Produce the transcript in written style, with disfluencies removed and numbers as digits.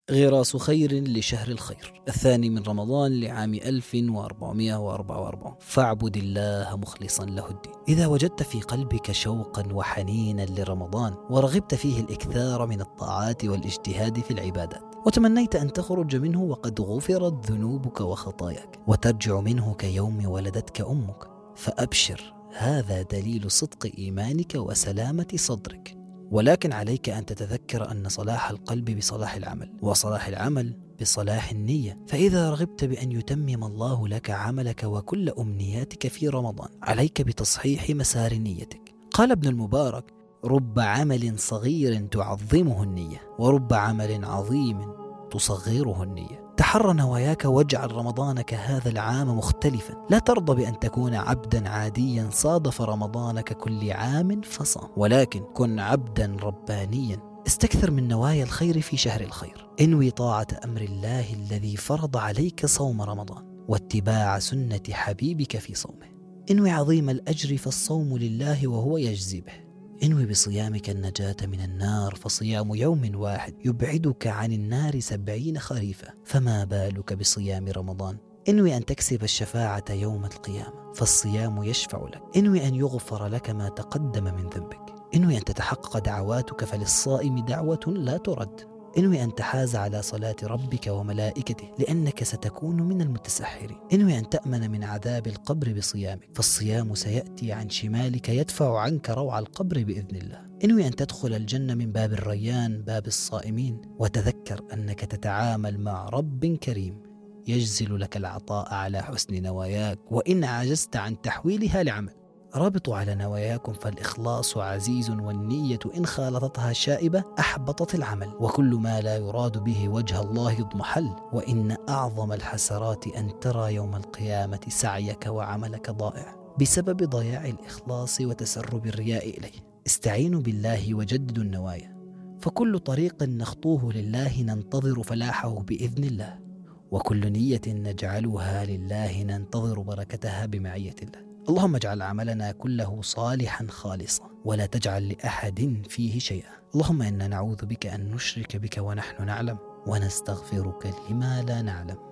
غراس خير لشهر الخير، 2 من رمضان لعام 1444. فاعبد الله مخلصا له الدين. إذا وجدت في قلبك شوقا وحنينا لرمضان ورغبت فيه الإكثار من الطاعات والاجتهاد في العبادات، وتمنيت أن تخرج منه وقد غفرت ذنوبك وخطاياك وترجع منه كيوم ولدتك أمك، فأبشر، هذا دليل صدق إيمانك وسلامة صدرك. ولكن عليك أن تتذكر أن صلاح القلب بصلاح العمل، وصلاح العمل بصلاح النية. فإذا رغبت بأن يتمم الله لك عملك وكل أمنياتك في رمضان، عليك بتصحيح مسار نيتك. قال ابن المبارك: رب عمل صغير تعظمه النية، ورب عمل عظيم تصغره النية. تحرى نواياك واجعل رمضانك هذا العام مختلفا. لا ترضى بأن تكون عبدا عاديا صادف رمضانك كل عام فصام، ولكن كن عبدا ربانيا. استكثر من نوايا الخير في شهر الخير. انوي طاعة أمر الله الذي فرض عليك صوم رمضان واتباع سنة حبيبك في صومه. انوي عظيم الأجر، فالصوم لله وهو يجزي به. انوي بصيامك النجاة من النار، فصيام يوم واحد يبعدك عن النار 70 خريفا، فما بالك بصيام رمضان. انوي أن تكسب الشفاعة يوم القيامة، فالصيام يشفع لك. انوي أن يغفر لك ما تقدم من ذنبك. انوي أن تتحقق دعواتك، فللصائم دعوة لا ترد. انوي أن تحاز على صلاة ربك وملائكته، لأنك ستكون من المتسحرين. انوي أن تأمن من عذاب القبر بصيامك، فالصيام سيأتي عن شمالك يدفع عنك روع القبر بإذن الله. انوي أن تدخل الجنة من باب الريان، باب الصائمين، وتذكر أنك تتعامل مع رب كريم يجزل لك العطاء على حسن نواياك، وإن عجزت عن تحويلها لعمل. رابطوا على نواياكم، فالإخلاص عزيز، والنية إن خالطتها شائبة أحبطت العمل، وكل ما لا يراد به وجه الله يضمحل. وإن أعظم الحسرات أن ترى يوم القيامة سعيك وعملك ضائع بسبب ضياع الإخلاص وتسرب الرياء إليه. استعينوا بالله وجددوا النوايا، فكل طريق نخطوه لله ننتظر فلاحه بإذن الله، وكل نية نجعلها لله ننتظر بركتها بمعية الله. اللهم اجعل عملنا كله صالحا خالصا، ولا تجعل لأحد فيه شيئا. اللهم إنا نعوذ بك أن نشرك بك ونحن نعلم، ونستغفرك لما لا نعلم.